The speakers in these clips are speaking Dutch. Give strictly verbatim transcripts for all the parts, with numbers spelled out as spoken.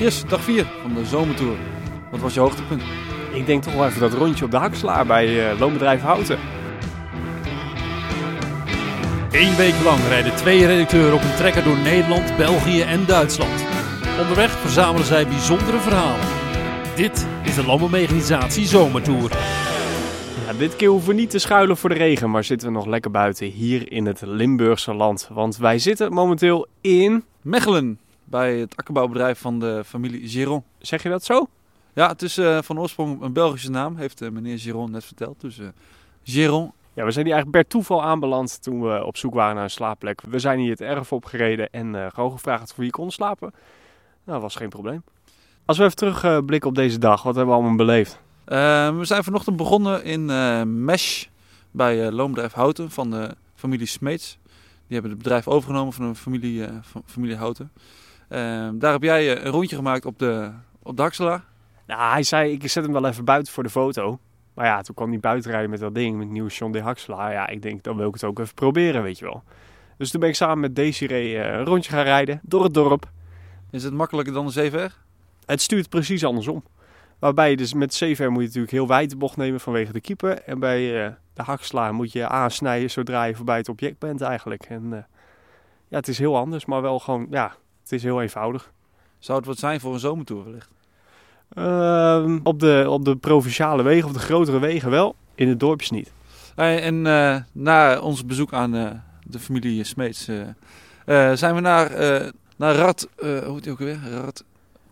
Chris, dag vier van de zomertour. Wat was je hoogtepunt? Ik denk toch wel even dat rondje op de Hakselaar bij uh, Loonbedrijf Houten. Eén week lang rijden twee redacteuren op een trekker door Nederland, België en Duitsland. Onderweg verzamelen zij bijzondere verhalen. Dit is de Landbouwmechanisatie Zomertour. Ja, dit keer hoeven we niet te schuilen voor de regen, maar zitten we nog lekker buiten hier in het Limburgse land. Want wij zitten momenteel in... Mechelen, bij het akkerbouwbedrijf van de familie Giron. Zeg je dat zo? Ja, het is uh, van oorsprong een Belgische naam, heeft uh, meneer Giron net verteld. Dus uh, Giron. Ja, we zijn hier eigenlijk per toeval aanbeland toen we op zoek waren naar een slaapplek. We zijn hier het erf opgereden en uh, gewoon gevraagd of we hier konden slapen. Nou, dat was geen probleem. Als we even terugblikken uh, op deze dag, wat hebben we allemaal beleefd? Uh, we zijn vanochtend begonnen in uh, Mesch bij uh, Loonbedrijf Houten van de familie Smeets. Die hebben het bedrijf overgenomen van de familie, uh, van familie Houten. Uh, daar heb jij uh, een rondje gemaakt op de, op de Hakselaar. Nou, hij zei, ik zet hem wel even buiten voor de foto. Maar ja, toen kwam hij buiten rijden met dat ding, met het nieuwe John Deere Hakselaar. Ja, ik denk, dan wil ik het ook even proberen, weet je wel. Dus toen ben ik samen met Desiree uh, een rondje gaan rijden door het dorp. Is het makkelijker dan de zeven R? Het stuurt precies andersom. Waarbij je dus met zeven R moet je natuurlijk heel wijd de bocht nemen vanwege de keeper. En bij uh, de Hakselaar moet je aansnijden zodra je voorbij het object bent eigenlijk. En uh, ja, het is heel anders, maar wel gewoon, ja, het is heel eenvoudig. Zou het wat zijn voor een zomertour wellicht? Uh, op, de, op de provinciale wegen, op de grotere wegen wel, in de dorpjes niet. Uh, en uh, na ons bezoek aan uh, de familie Smeets uh, uh, zijn we naar, uh, naar Rad, uh, hoe heet hij ook weer? Rad...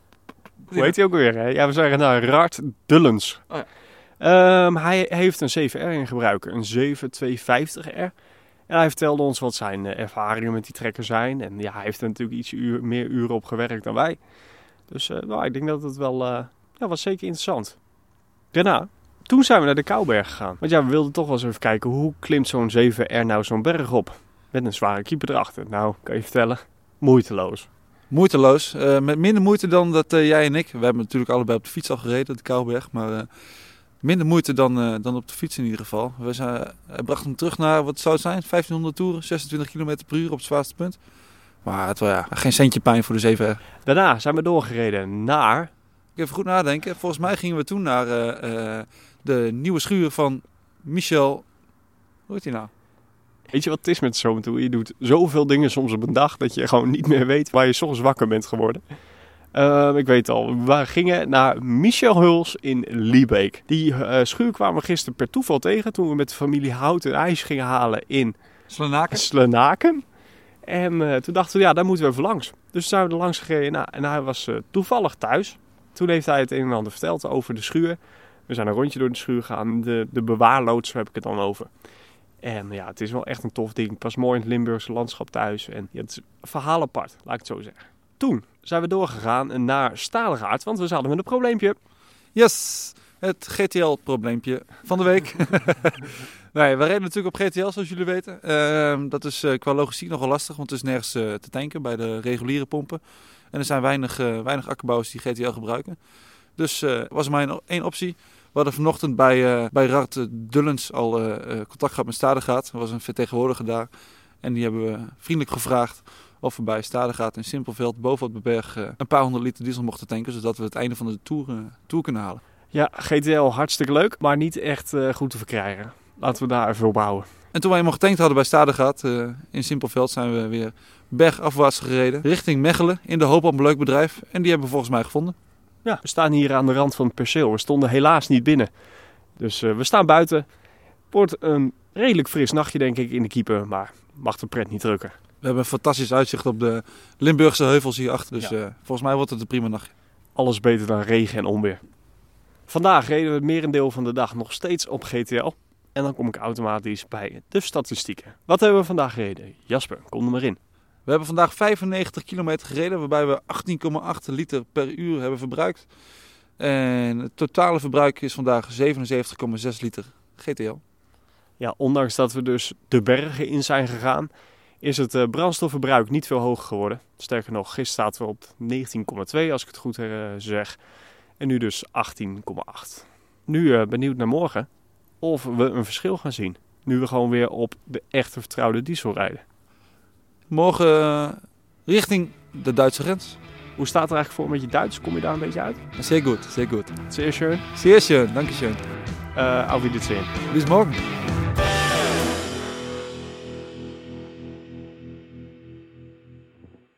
Hoe heet hij ook weer? Hè? Ja, we zijn naar Rad Dullens. Oh ja. um, hij heeft een zeven R in gebruik, een zeven tweehonderdvijftig R. En hij vertelde ons wat zijn uh, ervaringen met die trekker zijn. En ja, hij heeft er natuurlijk iets uur, meer uren op gewerkt dan wij. Dus uh, nou, ik denk dat het wel, uh, ja, was zeker interessant. Daarna, toen zijn we naar de Kouberg gegaan. Want ja, we wilden toch wel eens even kijken, hoe klimt zo'n zeven R nou zo'n berg op? Met een zware keeper erachter. Nou, kan je vertellen, moeiteloos. Moeiteloos. Uh, met minder moeite dan dat uh, jij en ik. We hebben natuurlijk allebei op de fiets al gereden, de Kouberg. Maar uh, minder moeite dan, uh, dan op de fiets in ieder geval. We zijn, uh, hij bracht hem terug naar, wat zou het zijn? vijftienhonderd toeren, zesentwintig kilometer per uur op het zwaarste punt. Maar het was ja, geen centje pijn voor de zeven R. Daarna zijn we doorgereden naar... Even goed nadenken. Volgens mij gingen we toen naar uh, uh, de nieuwe schuur van Michel... Hoe heet hij nou? Weet je wat het is met zo'n tour? Je doet zoveel dingen soms op een dag dat je gewoon niet meer weet waar je soms wakker bent geworden. Uh, ik weet al, we gingen naar Michel Huls in Liebeek. Die uh, schuur kwamen we gisteren per toeval tegen toen we met de familie Houten een ijs gingen halen in Slenaken. Slenaken. En uh, toen dachten we, ja, daar moeten we even langs. Dus zijn we er langs gereden. Nou, en hij was uh, toevallig thuis. Toen heeft hij het een en ander verteld over de schuur. We zijn een rondje door de schuur gegaan. De, de bewaarloods heb ik het dan over. En ja, het is wel echt een tof ding. Pas mooi in het Limburgse landschap thuis. En ja, het is een verhaal apart, laat ik het zo zeggen. Toen zijn we doorgegaan naar Stalegaard, want we zaten met een probleempje. Yes, het G T L-probleempje van de week. Nee, we reden natuurlijk op G T L, zoals jullie weten. Uh, dat is uh, qua logistiek nogal lastig, want het is nergens uh, te tanken bij de reguliere pompen. En er zijn weinig, uh, weinig akkerbouwers die G T L gebruiken. Dus uh, was er maar één optie. We hadden vanochtend bij, uh, bij Rad Dullens al uh, contact gehad met Stalegaard. Er was een vertegenwoordiger daar. En die hebben we vriendelijk gevraagd of we bij Stalegaard in Simpelveld boven op de berg uh, een paar honderd liter diesel mochten tanken. Zodat we het einde van de tour, uh, tour kunnen halen. Ja, G T L hartstikke leuk, maar niet echt uh, goed te verkrijgen. Laten we daar even op houden. En toen wij hem getankt hadden bij Stalegaard uh, in Simpelveld zijn we weer bergafwaarts gereden. Richting Mechelen in de hoop op een leuk bedrijf. En die hebben we volgens mij gevonden. Ja, we staan hier aan de rand van het perceel. We stonden helaas niet binnen. Dus uh, we staan buiten. Wordt een redelijk fris nachtje denk ik in de keeper, maar mag de pret niet drukken. We hebben een fantastisch uitzicht op de Limburgse heuvels hierachter. Dus ja. uh, volgens mij wordt het een prima nachtje. Alles beter dan regen en onweer. Vandaag reden we het merendeel van de dag nog steeds op G T L. En dan kom ik automatisch bij de statistieken. Wat hebben we vandaag gereden? Jasper, kom er maar in. We hebben vandaag vijfennegentig kilometer gereden, waarbij we achttien komma acht liter per uur hebben verbruikt. En het totale verbruik is vandaag zevenenzeventig komma zes liter G T L. Ja, ondanks dat we dus de bergen in zijn gegaan, is het uh, brandstofverbruik niet veel hoger geworden. Sterker nog, gisteren zaten we op negentien komma twee als ik het goed uh, zeg. En nu dus achttien komma acht. Nu uh, benieuwd naar morgen of we een verschil gaan zien. Nu we gewoon weer op de echte vertrouwde diesel rijden. Morgen uh, richting de Duitse grens. Hoe staat het er eigenlijk voor met je Duits? Kom je daar een beetje uit? Sehr gut, sehr gut. Sehr schön. Sehr schön, danke schön. Uh, auf Wiedersehen. Bis morgen.